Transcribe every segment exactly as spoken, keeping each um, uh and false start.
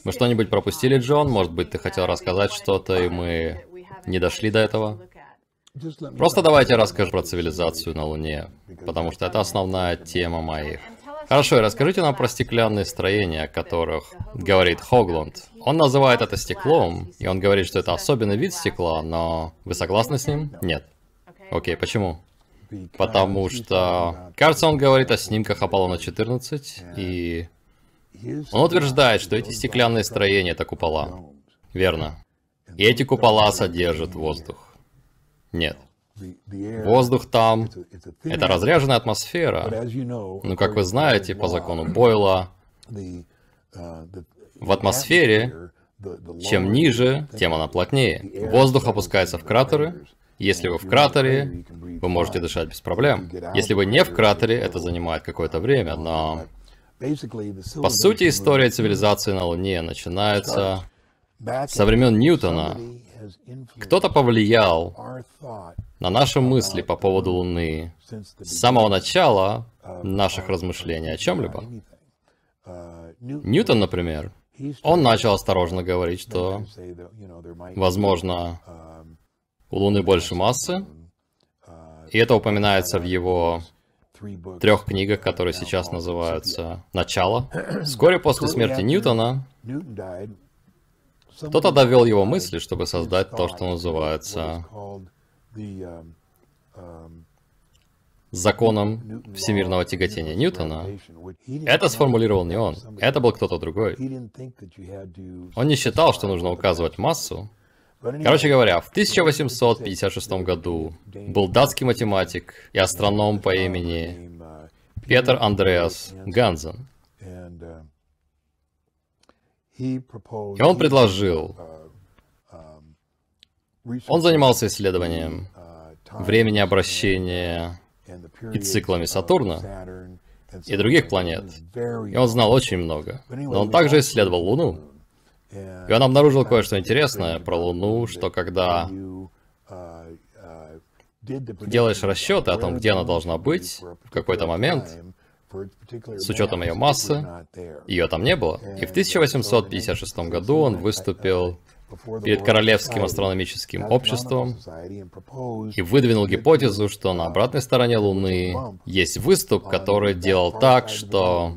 Мы что-нибудь пропустили, Джон? Может быть, ты хотел рассказать что-то, и мы не дошли до этого? Просто давайте я расскажу про цивилизацию на Луне, потому что это основная тема моих. Хорошо, и расскажите нам про стеклянные строения, о которых говорит Хогланд. Он называет это стеклом, и он говорит, что это особенный вид стекла, но вы согласны с ним? Нет. Окей, почему? Потому что, кажется, он говорит о снимках Аполлона четырнадцать, и он утверждает, что эти стеклянные строения — это купола. Верно. И эти купола содержат воздух. Нет. Воздух там — это разряженная атмосфера. Но, как вы знаете, по закону Бойла, в атмосфере, чем ниже, тем она плотнее. Воздух опускается в кратеры. Если вы в кратере, вы можете дышать без проблем. Если вы не в кратере, это занимает какое-то время, но... По сути, история цивилизации на Луне начинается со времен Ньютона. Кто-то повлиял на наши мысли по поводу Луны с самого начала наших размышлений о чем-либо. Ньютон, например, он начал осторожно говорить, что, возможно, у Луны больше массы, и это упоминается в его трех книгах, которые сейчас называются «Начало». Вскоре после смерти Ньютона кто-то довел его мысли, чтобы создать то, что называется законом всемирного тяготения Ньютона. Это сформулировал не он, это был кто-то другой. Он не считал, что нужно указывать массу. Короче говоря, в тысяча восемьсот пятьдесят шестом году был датский математик и астроном по имени Петер Андреас Гансен. И он предложил, он занимался исследованием времени обращения и циклами Сатурна и других планет. И он знал очень много. Но он также исследовал Луну. И он обнаружил кое-что интересное про Луну, что когда делаешь расчеты о том, где она должна быть в какой-то момент, с учетом ее массы, ее там не было. И в тысяча восемьсот пятьдесят шестом году он выступил перед Королевским астрономическим обществом и выдвинул гипотезу, что на обратной стороне Луны есть выступ, который делал так, что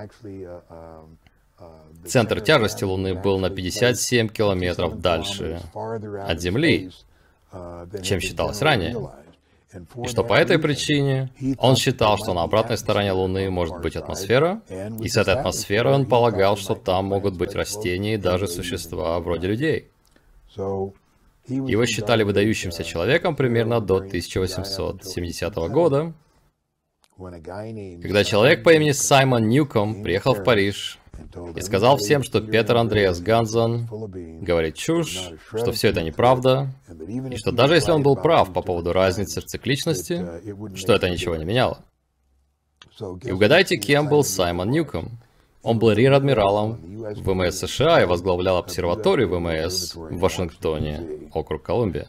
центр тяжести Луны был на пятьдесят семь километров дальше от Земли, чем считалось ранее. И что по этой причине он считал, что на обратной стороне Луны может быть атмосфера, и с этой атмосферой он полагал, что там могут быть растения и даже существа вроде людей. Его считали выдающимся человеком примерно до тысяча восемьсот семидесятого года, когда человек по имени Саймон Ньюком приехал в Париж и сказал всем, что Петер Андреас Гансен говорит чушь, что все это неправда, и что даже если он был прав по поводу разницы в цикличности, что это ничего не меняло. И угадайте, кем был Саймон Ньюком? Он был рейр-адмиралом ВМС США и возглавлял обсерваторию ВМС в Вашингтоне, округ Колумбия.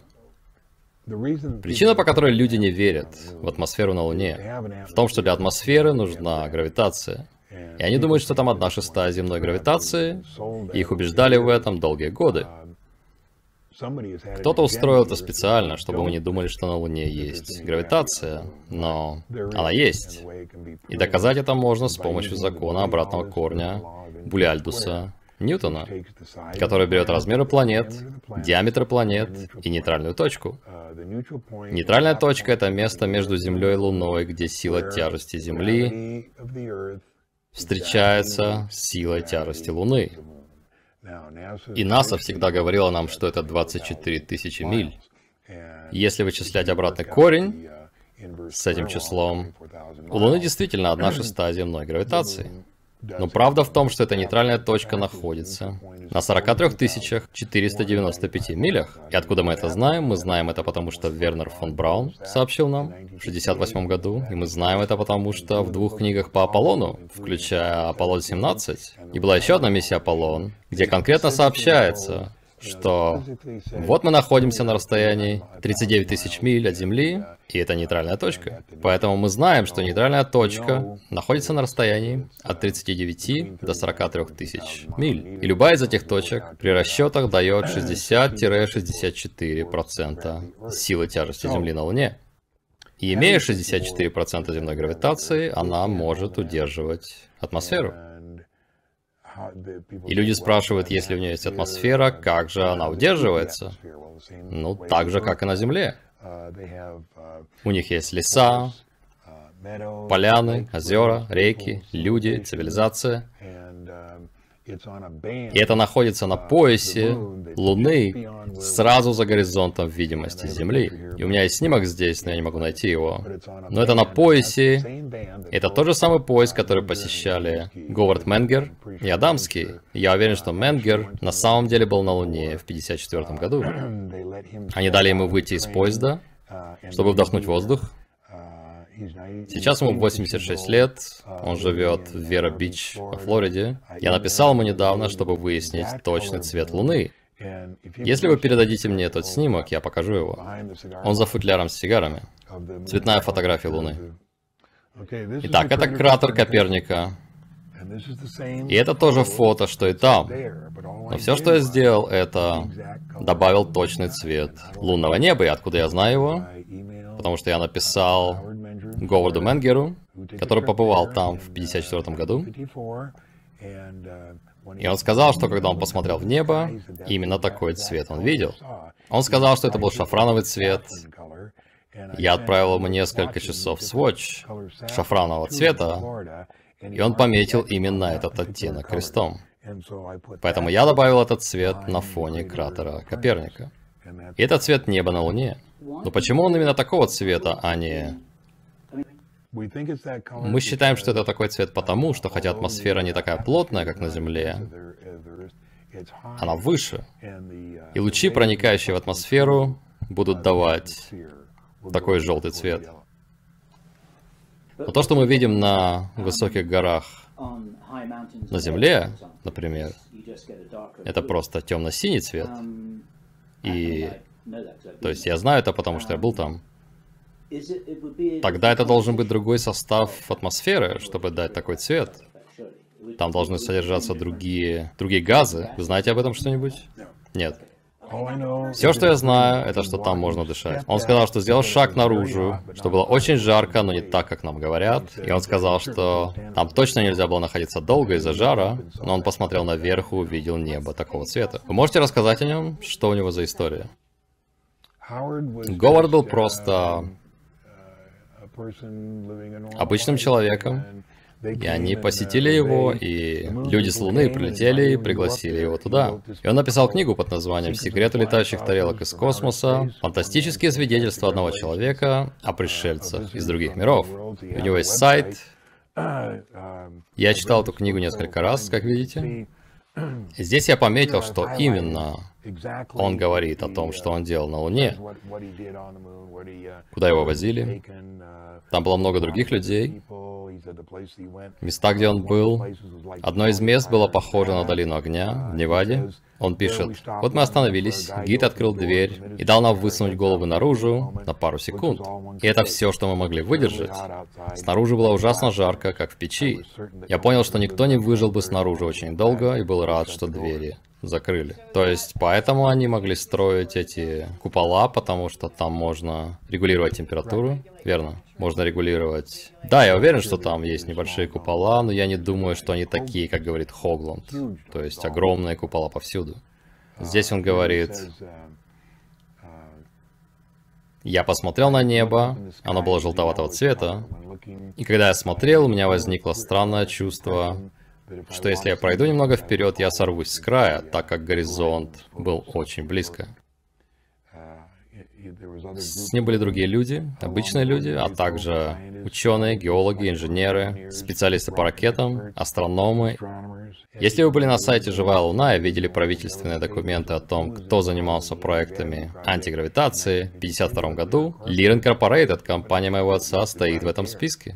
Причина, по которой люди не верят в атмосферу на Луне, в том, что для атмосферы нужна гравитация. И они думают, что там одна шестая земной гравитации, и их убеждали в этом долгие годы. Кто-то устроил это специально, чтобы мы не думали, что на Луне есть гравитация, но она есть. И доказать это можно с помощью закона обратного корня Булиальдуса Ньютона, который берет размеры планет, диаметры планет и нейтральную точку. Нейтральная точка — это место между Землей и Луной, где сила тяжести Земли встречается с силой тяжести Луны. И НАСА всегда говорила нам, что это двадцать четыре тысячи миль. Если вычислять обратный корень с этим числом, у Луны действительно одна шестая земной гравитации. Но правда в том, что эта нейтральная точка находится на сорока трёх тысячах четырёхстах девяноста пяти милях. И откуда мы это знаем? Мы знаем это потому, что Вернер фон Браун сообщил нам в шестьдесят восьмом году. И мы знаем это потому, что в двух книгах по Аполлону, включая Аполлон семнадцать, и была еще одна миссия Аполлон, где конкретно сообщается, что вот мы находимся на расстоянии тридцати девяти тысяч миль от Земли, и это нейтральная точка. Поэтому мы знаем, что нейтральная точка находится на расстоянии от тридцати девяти до сорока трёх тысяч миль. И любая из этих точек при расчетах дает шестьдесят-шестьдесят четыре процента силы тяжести Земли на Луне. И имея шестьдесят четыре процента земной гравитации, она может удерживать атмосферу. И люди спрашивают, если у нее есть атмосфера, как же она удерживается? Ну, так же, как и на Земле. У них есть леса, поляны, озера, реки, люди, цивилизация. И это находится на поясе Луны, сразу за горизонтом видимости Земли. И у меня есть снимок здесь, но я не могу найти его. Но это на поясе. Это тот же самый пояс, который посещали Говард Менгер и Адамский. Я уверен, что Менгер на самом деле был на Луне в пятьдесят четвёртом году. Они дали ему выйти из поезда, чтобы вдохнуть воздух. Сейчас ему восемьдесят шесть лет, он живет в Вера-Бич, во Флориде. Я написал ему недавно, чтобы выяснить точный цвет Луны. Если вы передадите мне этот снимок, я покажу его. Он за футляром с сигарами. Цветная фотография Луны. Итак, это кратер Коперника. И это тоже фото, что и там. Но все, что я сделал, это добавил точный цвет лунного неба. И откуда я знаю его? Потому что я написал Говарду Менгеру, который побывал там в пятьдесят четвёртом году. И он сказал, что когда он посмотрел в небо, именно такой цвет он видел. Он сказал, что это был шафрановый цвет. Я отправил ему несколько часов сводч шафранового цвета, и он пометил именно этот оттенок крестом. Поэтому я добавил этот цвет на фоне кратера Коперника. И это цвет неба на Луне. Но почему он именно такого цвета, а не... Мы считаем, что это такой цвет потому, что хотя атмосфера не такая плотная, как на Земле, она выше. И лучи, проникающие в атмосферу, будут давать такой желтый цвет. Но то, что мы видим на высоких горах на Земле, например, это просто темно-синий цвет. И... То есть я знаю это, потому что я был там. Тогда это должен быть другой состав атмосферы, чтобы дать такой цвет. Там должны содержаться другие, другие газы. Вы знаете об этом что-нибудь? Нет. Все, что я знаю, это что там можно дышать. Он сказал, что сделал шаг наружу, что было очень жарко, но не так, как нам говорят. И он сказал, что там точно нельзя было находиться долго из-за жара, но он посмотрел наверх и увидел небо такого цвета. Вы можете рассказать о нем? Что у него за история? Говард был просто обычным человеком, и они посетили его, и люди с Луны прилетели и пригласили его туда. И он написал книгу под названием «Секреты летающих тарелок из космоса. Фантастические свидетельства одного человека о пришельцах из других миров». У него есть сайт. Я читал эту книгу несколько раз, как видите. И здесь я пометил, что именно он говорит о том, что он делал на Луне, куда его возили. Там было много других людей. Места, где он был. Одно из мест было похоже на долину огня в Неваде. Он пишет: вот мы остановились, гид открыл дверь и дал нам высунуть голову наружу на пару секунд. И это все, что мы могли выдержать. Снаружи было ужасно жарко, как в печи. Я понял, что никто не выжил бы снаружи очень долго, и был рад, что двери закрыли. То есть, поэтому они могли строить эти купола, потому что там можно регулировать температуру, верно? Можно регулировать... Да, я уверен, что там есть небольшие купола, но я не думаю, что они такие, как говорит Хогланд. То есть, огромные купола повсюду. Здесь он говорит... Я посмотрел на небо, оно было желтоватого цвета, и когда я смотрел, у меня возникло странное чувство, что если я пройду немного вперед, я сорвусь с края, так как горизонт был очень близко. С ним были другие люди, обычные люди, а также ученые, геологи, инженеры, специалисты по ракетам, астрономы. Если вы были на сайте «Живая Луна» и видели правительственные документы о том, кто занимался проектами антигравитации в пятьдесят втором году, Lear Incorporated, компания моего отца, стоит в этом списке.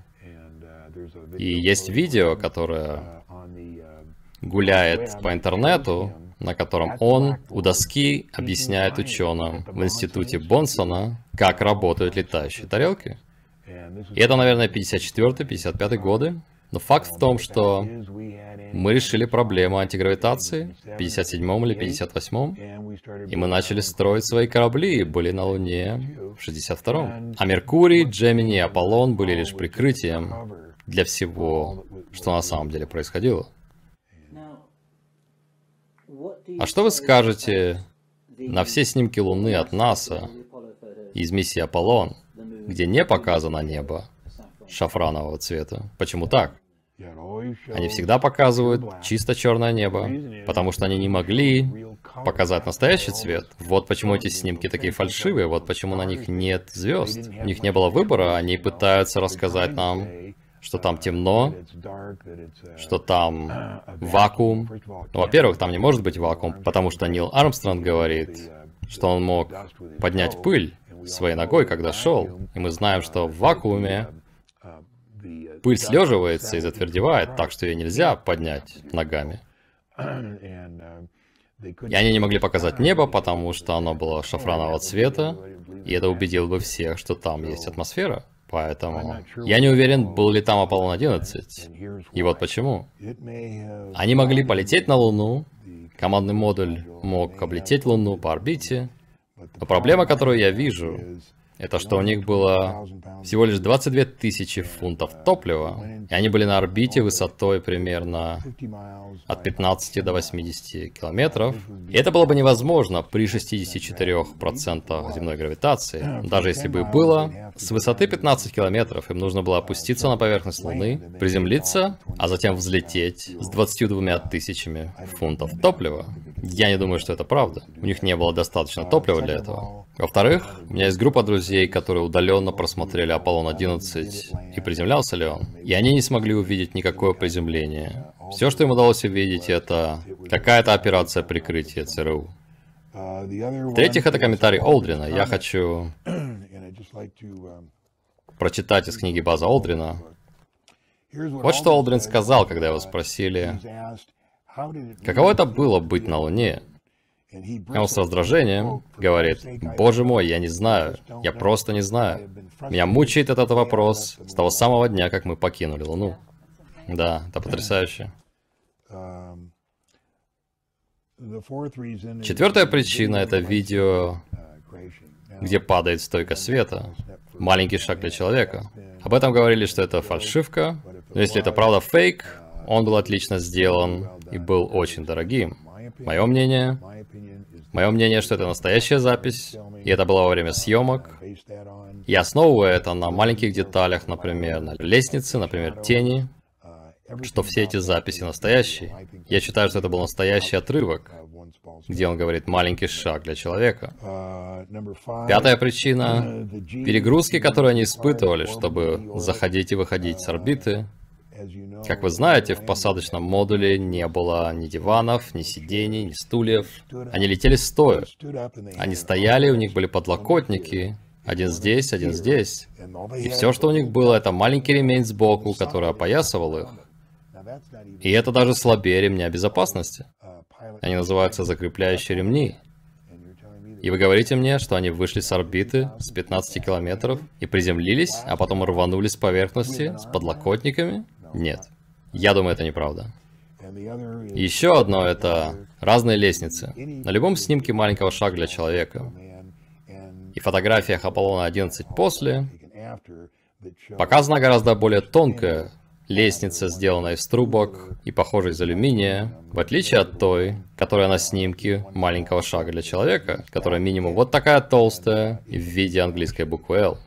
И есть видео, которое гуляет по интернету, на котором он у доски объясняет ученым в институте Бонсона, как работают летающие тарелки. И это, наверное, пятьдесят четвёртый — пятьдесят пятый годы. Но факт в том, что мы решили проблему антигравитации в пятьдесят седьмом или пятьдесят восьмом, и мы начали строить свои корабли и были на Луне в шестьдесят втором. А Меркурий, Джемини и Аполлон были лишь прикрытием для всего, что на самом деле происходило. А что вы скажете на все снимки Луны от НАСА из миссии Аполлон, где не показано небо шафранового цвета? Почему так? Они всегда показывают чисто черное небо, потому что они не могли показать настоящий цвет. Вот почему эти снимки такие фальшивые, вот почему на них нет звезд. У них не было выбора, они пытаются рассказать нам, что там темно, что там вакуум. Ну, во-первых, там не может быть вакуум, потому что Нил Армстронг говорит, что он мог поднять пыль своей ногой, когда шел. И мы знаем, что в вакууме пыль слеживается и затвердевает, так что ее нельзя поднять ногами. И они не могли показать небо, потому что оно было шафранового цвета, и это убедило бы всех, что там есть атмосфера. Поэтому я не уверен, был ли там Аполлон одиннадцать. И вот почему. Они могли полететь на Луну, командный модуль мог облететь Луну по орбите, но проблема, которую я вижу, это что у них было всего лишь двадцать две тысячи фунтов топлива, и они были на орбите высотой примерно от пятнадцати до восьмидесяти километров. И это было бы невозможно при шестидесяти четырёх процентах земной гравитации. Даже если бы и было, с высоты пятнадцати километров им нужно было опуститься на поверхность Луны, приземлиться, а затем взлететь с двадцатью двумя тысячами фунтов топлива. Я не думаю, что это правда. У них не было достаточно топлива для этого. Во-вторых, у меня есть группа друзей, которые удаленно просмотрели Аполлон одиннадцать и приземлялся ли он. И они не смогли увидеть никакое приземление. Все, что им удалось увидеть, это какая-то операция прикрытия ЦРУ. В-третьих, это комментарий Олдрина. Я хочу прочитать из книги База Олдрина. Вот что Олдрин сказал, когда его спросили, каково это было быть на Луне. И он с раздражением говорит: «Боже мой, я не знаю, я просто не знаю. Меня мучает этот вопрос с того самого дня, как мы покинули Луну». Да, это потрясающе. Четвертая причина — это видео, где падает стойка света. Маленький шаг для человека. Об этом говорили, что это фальшивка. Но если это правда фейк, он был отлично сделан и был очень дорогим. Мое мнение... Мое мнение, что это настоящая запись, и это было во время съемок. Я основываю это на маленьких деталях, например, на лестнице, например, тени, что все эти записи настоящие. Я считаю, что это был настоящий отрывок, где он говорит «маленький шаг для человека». Пятая причина — перегрузки, которые они испытывали, чтобы заходить и выходить с орбиты. Как вы знаете, в посадочном модуле не было ни диванов, ни сидений, ни стульев. Они летели стоя. Они стояли, у них были подлокотники. Один здесь, один здесь. И все, что у них было, это маленький ремень сбоку, который опоясывал их. И это даже слабее ремня безопасности. Они называются закрепляющие ремни. И вы говорите мне, что они вышли с орбиты с пятнадцати километров и приземлились, а потом рванули с поверхности с подлокотниками? Нет. Я думаю, это неправда. Еще одно — это разные лестницы. На любом снимке маленького шага для человека и фотографиях Аполлона одиннадцать после показана гораздо более тонкая лестница, сделанная из трубок и похожая из алюминия, в отличие от той, которая на снимке маленького шага для человека, которая минимум вот такая толстая и в виде английской буквы «Л».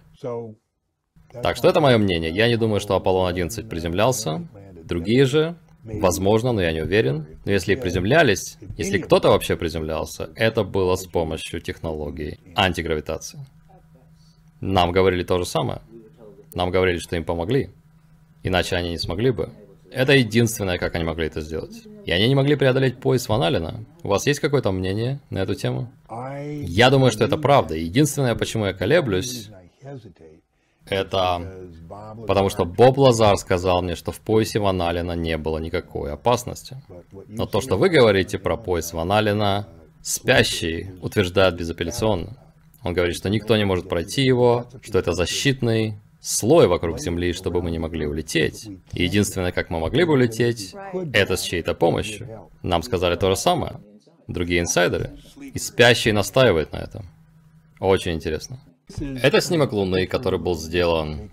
Так что это мое мнение. Я не думаю, что Аполлон одиннадцать приземлялся. Другие же, возможно, но я не уверен. Но если и приземлялись, если кто-то вообще приземлялся, это было с помощью технологии антигравитации. Нам говорили то же самое. Нам говорили, что им помогли. Иначе они не смогли бы. Это единственное, как они могли это сделать. И они не могли преодолеть пояс Ван Аллена. У вас есть какое-то мнение на эту тему? Я думаю, что это правда. Единственное, почему я колеблюсь, это потому что Боб Лазар сказал мне, что в поясе Ван Аллена не было никакой опасности. Но то, что вы говорите про пояс Ван Аллена, спящий утверждает безапелляционно. Он говорит, что никто не может пройти его, что это защитный слой вокруг Земли, чтобы мы не могли улететь. И единственное, как мы могли бы улететь, это с чьей-то помощью. Нам сказали то же самое. Другие инсайдеры. И спящий настаивает на этом. Очень интересно. Это снимок Луны, который был сделан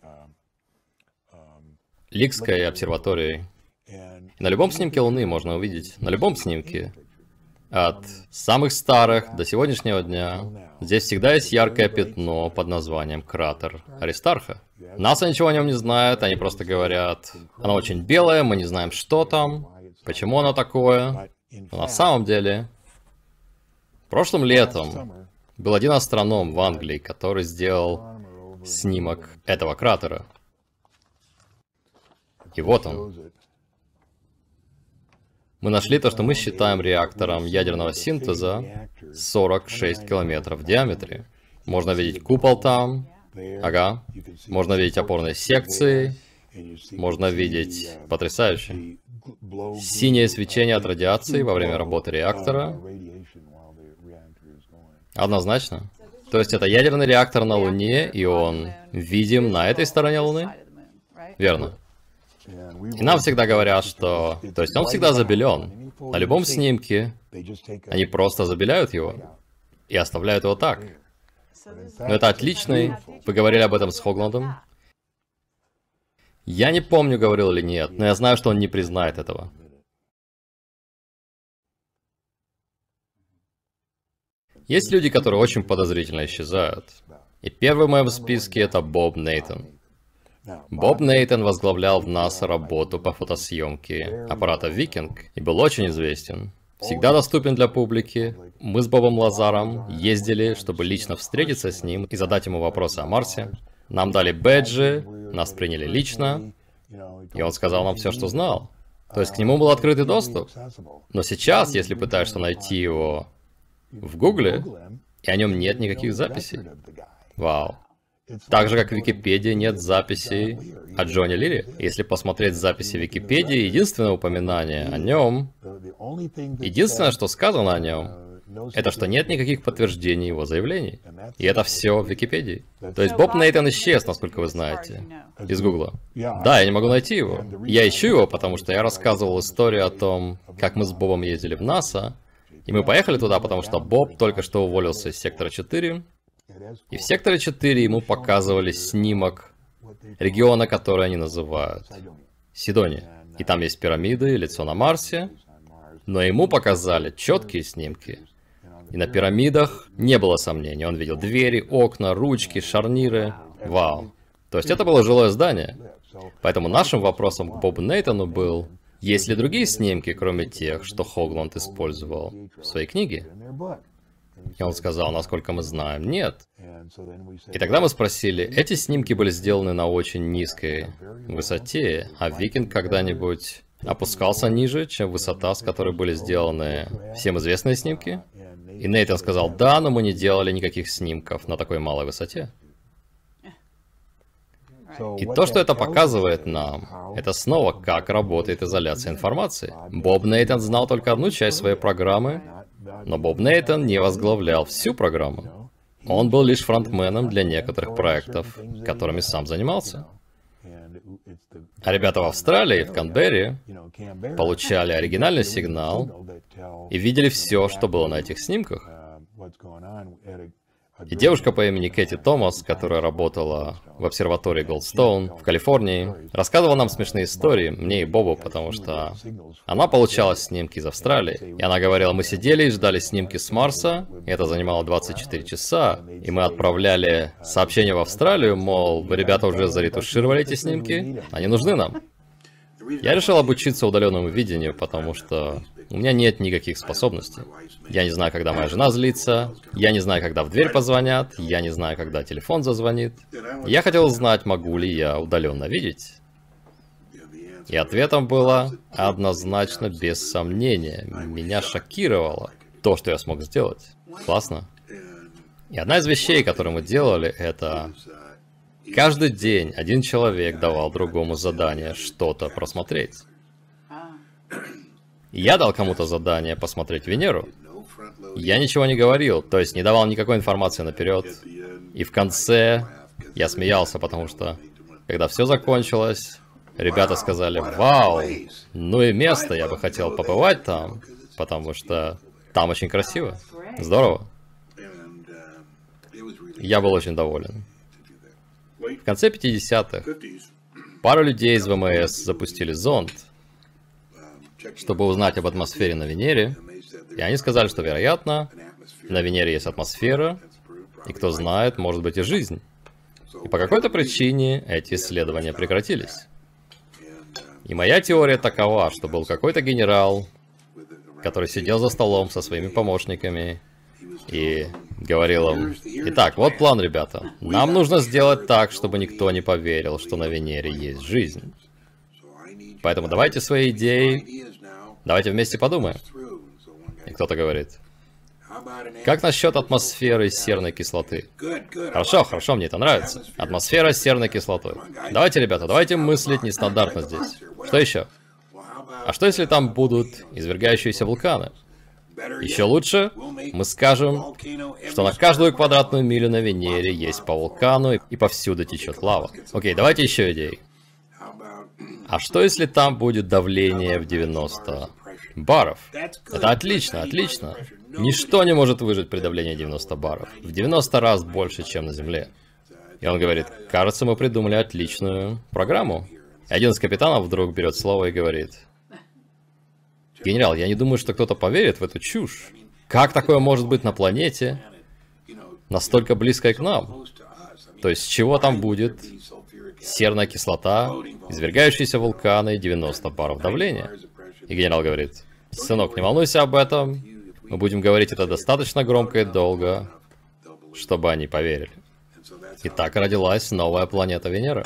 Ликской обсерваторией. И на любом снимке Луны можно увидеть, на любом снимке, от самых старых до сегодняшнего дня, здесь всегда есть яркое пятно под названием кратер Аристарха. НАСА ничего о нем не знает, они просто говорят, оно очень белое, мы не знаем, что там, почему оно такое. Но на самом деле, прошлым летом был один астроном в Англии, который сделал снимок этого кратера. И вот он. Мы нашли то, что мы считаем реактором ядерного синтеза сорок шесть километров в диаметре. Можно видеть купол там. Ага. Можно видеть опорные секции. Можно видеть потрясающе синее свечение от радиации во время работы реактора. Однозначно. То есть это ядерный реактор на Луне, и он видим на этой стороне Луны? Верно. И нам всегда говорят, что... То есть он всегда забелен. На любом снимке они просто забеляют его и оставляют его так. Но это отличный... Вы говорили об этом с Хогландом? Я не помню, говорил или нет, но я знаю, что он не признает этого. Есть люди, которые очень подозрительно исчезают. И первый в моем списке это Боб Нейтон. Боб Нейтон возглавлял в НАСА работу по фотосъемке аппарата Викинг и был очень известен. Всегда доступен для публики. Мы с Бобом Лазаром ездили, чтобы лично встретиться с ним и задать ему вопросы о Марсе. Нам дали бэджи, нас приняли лично, и он сказал нам все, что знал. То есть к нему был открытый доступ. Но сейчас, если пытаешься найти его в Гугле, и о нем нет никаких записей. Вау. Так же, как в Википедии нет записей о Джоне Лире. Если посмотреть записи Википедии, единственное упоминание о нем, единственное, что сказано о нем, это что нет никаких подтверждений его заявлений. И это все в Википедии. То есть Боб Нейтон исчез, насколько вы знаете, из Гугла. Да, я не могу найти его. Я ищу его, потому что я рассказывал историю о том, как мы с Бобом ездили в НАСА, и мы поехали туда, потому что Боб только что уволился из сектора четыре, и в секторе четыре ему показывали снимок региона, который они называют Сидония. И там есть пирамиды, лицо на Марсе, но ему показали четкие снимки. И на пирамидах не было сомнений. Он видел двери, окна, ручки, шарниры. Вау. То есть это было жилое здание. Поэтому нашим вопросом к Бобу Нейтону был, есть ли другие снимки, кроме тех, что Хогланд использовал в своей книге? И он сказал, насколько мы знаем, нет. И тогда мы спросили, эти снимки были сделаны на очень низкой высоте, а Викинг когда-нибудь опускался ниже, чем высота, с которой были сделаны всем известные снимки? И Нейтан сказал, да, но мы не делали никаких снимков на такой малой высоте. И то, что это показывает нам, это снова, как работает изоляция информации. Боб Нейтан знал только одну часть своей программы, но Боб Нейтан не возглавлял всю программу. Он был лишь фронтменом для некоторых проектов, которыми сам занимался. А ребята в Австралии, в Канберре, получали оригинальный сигнал и видели все, что было на этих снимках. И девушка по имени Кэти Томас, которая работала в обсерватории Голдстоун в Калифорнии, рассказывала нам смешные истории, мне и Бобу, потому что она получала снимки из Австралии. И она говорила, мы сидели и ждали снимки с Марса, и это занимало двадцать четыре часа, и мы отправляли сообщение в Австралию, мол, вы, ребята, уже заретушировали эти снимки, они нужны нам. Я решил обучиться удаленному видению, потому что у меня нет никаких способностей. Я не знаю, когда моя жена злится, я не знаю, когда в дверь позвонят, я не знаю, когда телефон зазвонит. Я хотел узнать, могу ли я удаленно видеть. И ответом было однозначно, без сомнения. Меня шокировало то, что я смог сделать. Классно. И одна из вещей, которую мы делали, это Каждый день один человек давал другому задание что-то просмотреть. Я дал кому-то задание посмотреть Венеру. Я ничего не говорил, то есть не давал никакой информации наперед. И в конце я смеялся, потому что, когда все закончилось, ребята сказали: «Вау, ну и место, я бы хотел побывать там, потому что там очень красиво, здорово». Я был очень доволен. В конце пятидесятых пару людей из ВМС запустили зонд, чтобы узнать об атмосфере на Венере, и они сказали, что, вероятно, на Венере есть атмосфера, и кто знает, может быть и жизнь. И по какой-то причине эти исследования прекратились. И моя теория такова, что был какой-то генерал, который сидел за столом со своими помощниками и говорил им: «Итак, вот план, ребята. Нам нужно сделать так, чтобы никто не поверил, что на Венере есть жизнь. Поэтому давайте свои идеи, давайте вместе подумаем». И кто-то говорит: «Как насчет атмосферы серной кислоты?» Хорошо, хорошо, мне это нравится. Атмосфера с серной кислотой. Давайте, ребята, давайте мыслить нестандартно здесь. Что еще? А что если там будут извергающиеся вулканы? Еще лучше, мы скажем, что на каждую квадратную милю на Венере есть по вулкану и повсюду течет лава. Окей, давайте еще идеи. А что если там будет давление в девяносто баров? Это отлично, отлично. Ничто не может выжить при давлении девяносто баров. В девяносто раз больше, чем на Земле. И он говорит: «Кажется, мы придумали отличную программу». И один из капитанов вдруг берет слово и говорит: «Генерал, я не думаю, что кто-то поверит в эту чушь. Как такое может быть на планете, настолько близкой к нам? То есть, с чего там будет серная кислота, извергающиеся вулканы и девяносто баров давления?» И генерал говорит: «Сынок, не волнуйся об этом. Мы будем говорить это достаточно громко и долго, чтобы они поверили». И так родилась новая планета Венера.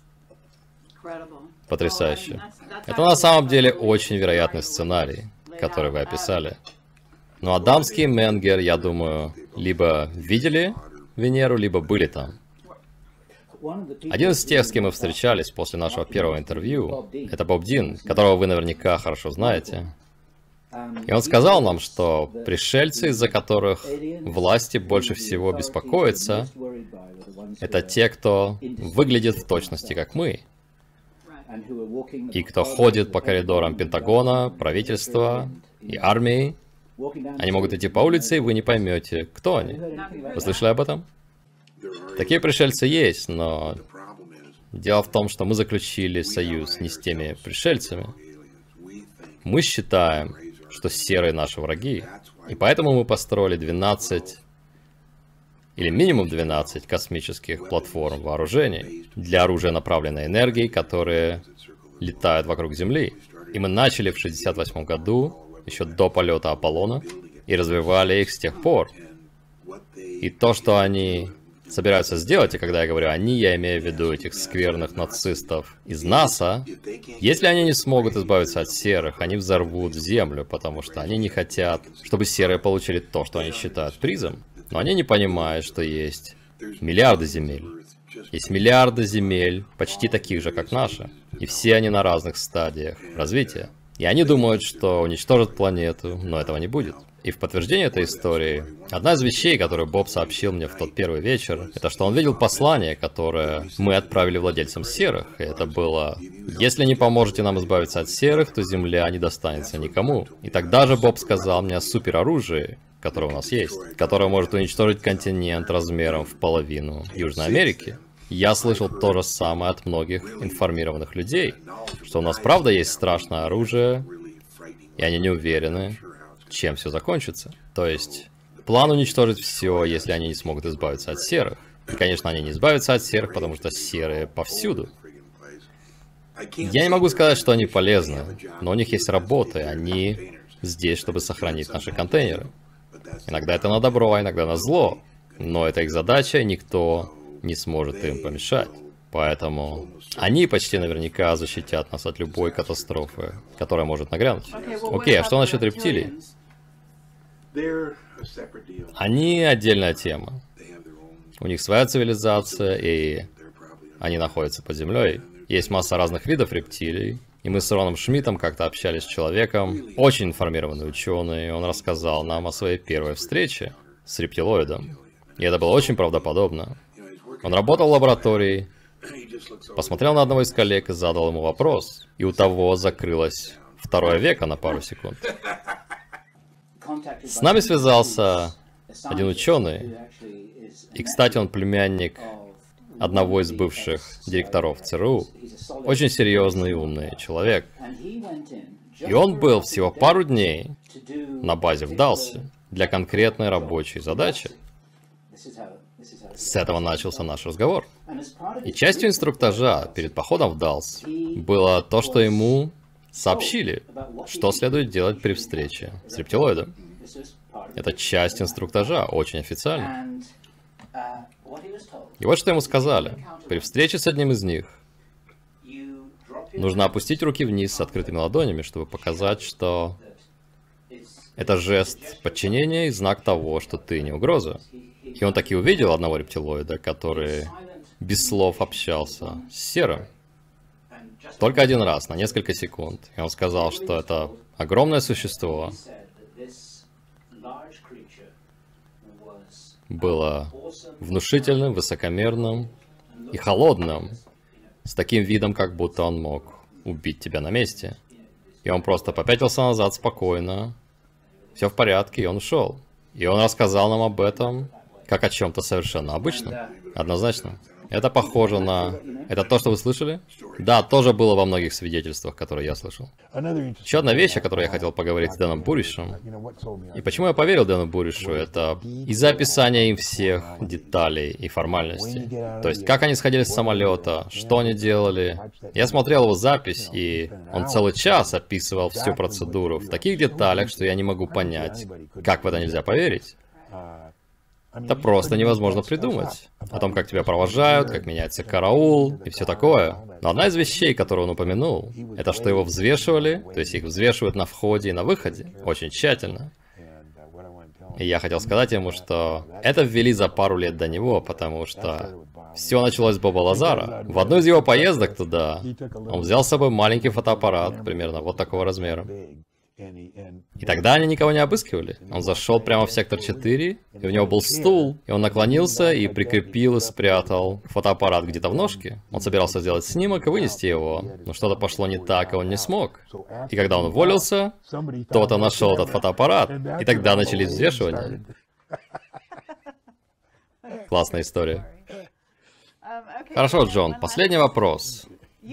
Потрясающе. Это на самом деле очень вероятный сценарий, который вы описали. Но Адамский и Менгер, я думаю, либо видели Венеру, либо были там. Один из тех, с кем мы встречались после нашего первого интервью, это Боб Дин, которого вы наверняка хорошо знаете. И он сказал нам, что пришельцы, из-за которых власти больше всего беспокоятся, это те, кто выглядит в точности как мы. И кто ходит по коридорам Пентагона, правительства и армии. Они могут идти по улице, и вы не поймете, кто они. Вы слышали об этом? Такие пришельцы есть, но дело в том, что мы заключили союз не с теми пришельцами. Мы считаем, что серые наши враги, и поэтому мы построили двенадцать, или минимум двенадцать космических платформ вооружений для оружия направленной энергии, которые летают вокруг Земли. И мы начали в шестьдесят восьмом году, еще до полета Аполлона, и развивали их с тех пор. И то, что они собираются сделать, и когда я говорю «они», я имею в виду этих скверных нацистов из НАСА, если они не смогут избавиться от серых, они взорвут Землю, потому что они не хотят, чтобы серые получили то, что они считают призом. Но они не понимают, что есть миллиарды земель. Есть миллиарды земель, почти таких же, как наши. И все они на разных стадиях развития. И они думают, что уничтожат планету, но этого не будет. И в подтверждение этой истории, одна из вещей, которую Боб сообщил мне в тот первый вечер, это что он видел послание, которое мы отправили владельцам серых. И это было: «Если не поможете нам избавиться от серых, то Земля не достанется никому». И тогда же Боб сказал мне о супероружии, которое у нас есть, которое может уничтожить континент размером в половину Южной Америки. Я слышал то же самое от многих информированных людей, что у нас правда есть страшное оружие, и они не уверены, чем все закончится. То есть, план уничтожить все, если они не смогут избавиться от серых. И, конечно, они не избавятся от серых, потому что серые повсюду. Я не могу сказать, что они полезны, но у них есть работа, и они здесь, чтобы сохранить наши контейнеры. Иногда это на добро, а иногда на зло. Но это их задача, и никто не сможет им помешать. Поэтому они почти наверняка защитят нас от любой катастрофы, которая может нагрянуть. Окей, а что насчет рептилий? Они отдельная тема. У них своя цивилизация, и Они находятся под землей. Есть масса разных видов рептилий. И мы с Роном Шмидтом как-то общались с человеком, очень информированный ученый, и он рассказал нам о своей первой встрече с рептилоидом. И это было очень правдоподобно. Он работал в лаборатории, посмотрел на одного из коллег и задал ему вопрос. И у того закрылось второе веко на пару секунд. С нами связался один ученый, и, кстати, он племянник одного из бывших директоров ЦРУ. Очень серьезный и умный человек. И он был всего пару дней на базе в Далсе для конкретной рабочей задачи. С этого начался наш разговор. И частью инструктажа перед походом в Далс было то, что ему сообщили, что следует делать при встрече с рептилоидом. Это часть инструктажа, очень официально. И вот что ему сказали. При встрече с одним из них нужно опустить руки вниз с открытыми ладонями, чтобы показать, что это жест подчинения и знак того, что ты не угроза. И он таки увидел одного рептилоида, который без слов общался с серым. Только один раз, на несколько секунд. И он сказал, что это огромное существо было внушительным, высокомерным и холодным, с таким видом, как будто он мог убить тебя на месте. И он просто попятился назад спокойно, все в порядке, и он ушел. И он рассказал нам об этом, как о чем-то совершенно обычном. Однозначно. Это похоже на... Это то, что вы слышали? Да, тоже было во многих свидетельствах, которые я слышал. Еще одна вещь, о которой я хотел поговорить с Дэном Буришем. И почему я поверил Дэну Буришу, это из-за описания им всех деталей и формальностей. То есть, как они сходили с самолета, что они делали. Я смотрел его запись, и он целый час описывал всю процедуру в таких деталях, что я не могу понять, как в это нельзя поверить. Это просто невозможно придумать. О том, как тебя провожают, как меняется караул и все такое. Но одна из вещей, которую он упомянул, это что его взвешивали, то есть их взвешивают на входе и на выходе, очень тщательно. И я хотел сказать ему, что это ввели за пару лет до него, потому что все началось с Боба Лазара. В одну из его поездок туда он взял с собой маленький фотоаппарат, примерно вот такого размера. И тогда они никого не обыскивали. Он зашел прямо в сектор четыре, и у него был стул, и он наклонился и прикрепил и спрятал фотоаппарат где-то в ножке. Он собирался сделать снимок и вынести его, но что-то пошло не так, и он не смог. И когда он уволился, кто-то нашел этот фотоаппарат, и тогда начались взвешивания. Классная история. Хорошо, Джон, последний вопрос.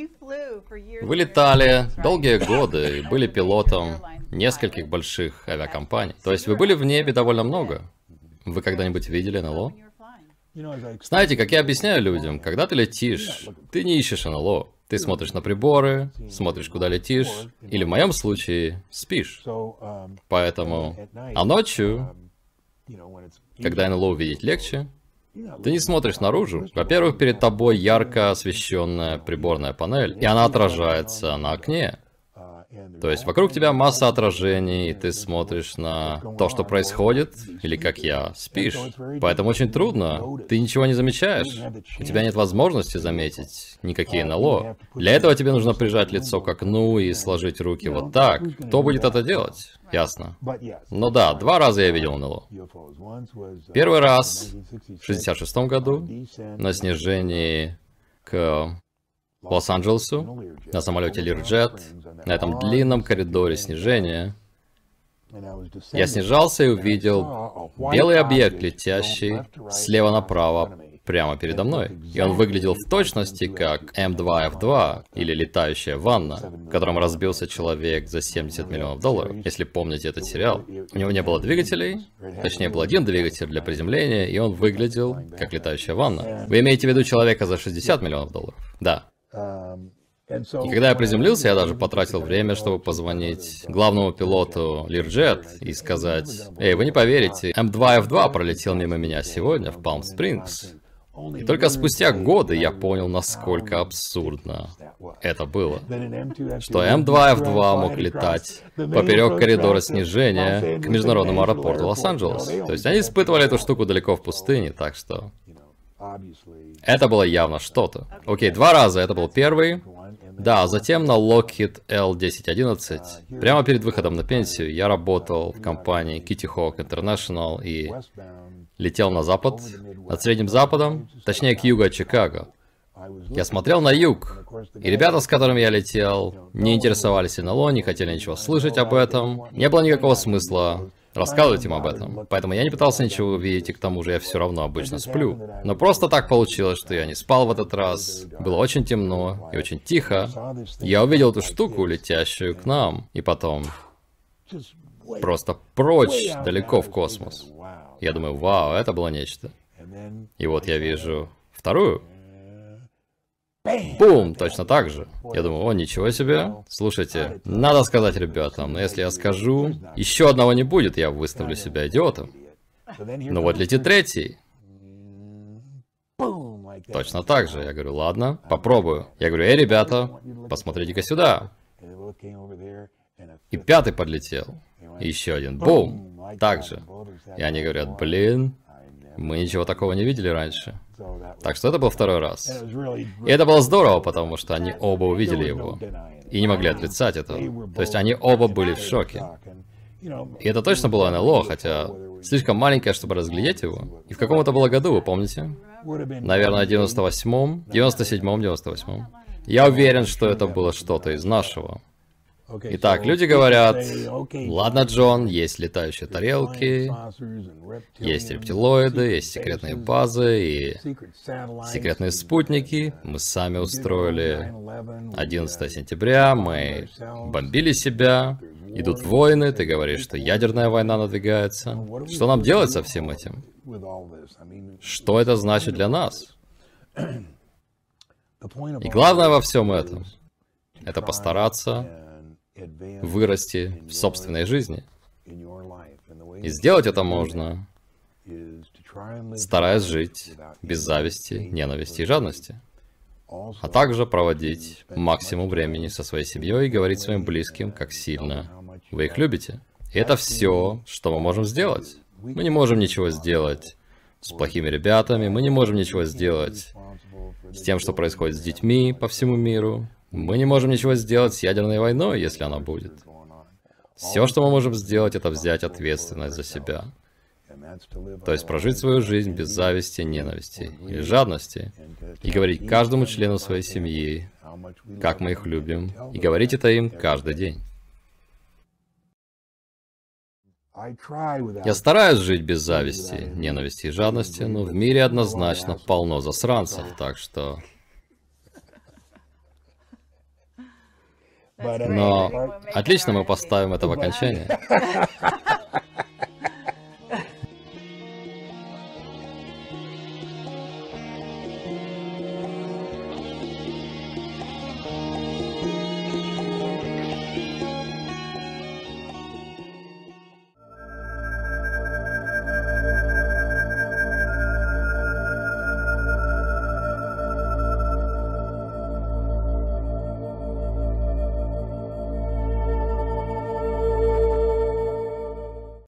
Вы летали долгие годы и были пилотом нескольких больших авиакомпаний. То есть вы были в небе довольно много. Вы когда-нибудь видели эн эл о? Знаете, как я объясняю людям, когда ты летишь, ты не ищешь эн эл о. Ты смотришь на приборы, смотришь, куда летишь, или в моем случае спишь. Поэтому, а ночью, когда эн эл о увидеть легче, ты не смотришь наружу. Во-первых, перед тобой ярко освещенная приборная панель, и она отражается на окне. То есть вокруг тебя масса отражений, и ты смотришь на то, что происходит, или как я, спишь. Поэтому очень трудно, ты ничего не замечаешь. У тебя нет возможности заметить никакие эн эл о. Для этого тебе нужно прижать лицо к окну и сложить руки вот так. Кто будет это делать? Ясно. Ну да, два раза я видел эн эл о. Первый раз в шестьдесят шестом году на снижении к Лос-Анджелесу на самолете Learjet, на этом длинном коридоре снижения. Я снижался и увидел белый объект, летящий слева направо, прямо передо мной. И он выглядел в точности как эм два эф два, или летающая ванна, в котором разбился человек за семьдесят миллионов долларов, если помните этот сериал. У него не было двигателей, точнее был один двигатель для приземления, и он выглядел как летающая ванна. Вы имеете в виду человека за шестьдесят миллионов долларов? Да. И когда я приземлился, я даже потратил время, чтобы позвонить главному пилоту Learjet и сказать: «Эй, вы не поверите, эм два эф два пролетел мимо меня сегодня в Палм-Спрингс». И только спустя годы я понял, насколько абсурдно это было. Что эм два эф два мог летать поперек коридора снижения к международному аэропорту Лос-Анджелес. То есть они испытывали эту штуку далеко в пустыне, так что... Это было явно что-то. Окей, два раза, это был первый. Да, затем на Lockheed Эл десять одиннадцать, прямо перед выходом на пенсию, я работал в компании Kitty Hawk International и летел на запад, над Средним Западом, точнее к югу от Чикаго. Я смотрел на юг, и ребята, с которыми я летел, не интересовались эн эл о, не хотели ничего слышать об этом. Не было никакого смысла рассказывать им об этом. Поэтому я не пытался ничего увидеть, и к тому же я все равно обычно сплю. Но просто так получилось, что я не спал в этот раз. Было очень темно и очень тихо. Я увидел эту штуку, летящую к нам, и потом просто прочь, далеко в космос. Я думаю, вау, это было нечто. И вот я вижу вторую. Бум! Точно так же. Я думаю, о, ничего себе. Слушайте, надо сказать ребятам, но если я скажу, еще одного не будет, я выставлю себя идиотом. Ну вот летит третий. Точно так же. Я говорю, ладно, попробую. Я говорю, эй, ребята, посмотрите-ка сюда. И пятый подлетел. И еще один. Бум! Так же. И они говорят, блин, мы ничего такого не видели раньше. Так что это был второй раз. И это было здорово, потому что они оба увидели его. И не могли отрицать этого. То есть они оба были в шоке. И это точно было эн эл о, хотя слишком маленькое, чтобы разглядеть его. И в каком это было году, вы помните? Наверное, в девяносто восьмом, девяносто седьмом, девяносто восьмом. Я уверен, что это было что-то из нашего. Итак, люди говорят, ладно, Джон, есть летающие тарелки, есть рептилоиды, есть секретные базы и секретные спутники. Мы сами устроили одиннадцатое сентября, мы бомбили себя, идут войны, ты говоришь, что ядерная война надвигается. Что нам делать со всем этим? Что это значит для нас? И главное во всем этом — это постараться вырасти в собственной жизни. И сделать это можно, стараясь жить без зависти, ненависти и жадности. А также проводить максимум времени со своей семьей и говорить своим близким, как сильно вы их любите. И это все, что мы можем сделать. Мы не можем ничего сделать с плохими ребятами, мы не можем ничего сделать с тем, что происходит с детьми по всему миру. Мы не можем ничего сделать с ядерной войной, если она будет. Все, что мы можем сделать, это взять ответственность за себя. То есть прожить свою жизнь без зависти, ненависти или жадности. И говорить каждому члену своей семьи, как мы их любим. И говорить это им каждый день. Я стараюсь жить без зависти, ненависти и жадности, но в мире однозначно полно засранцев, так что... Но отлично, мы поставим это в окончание.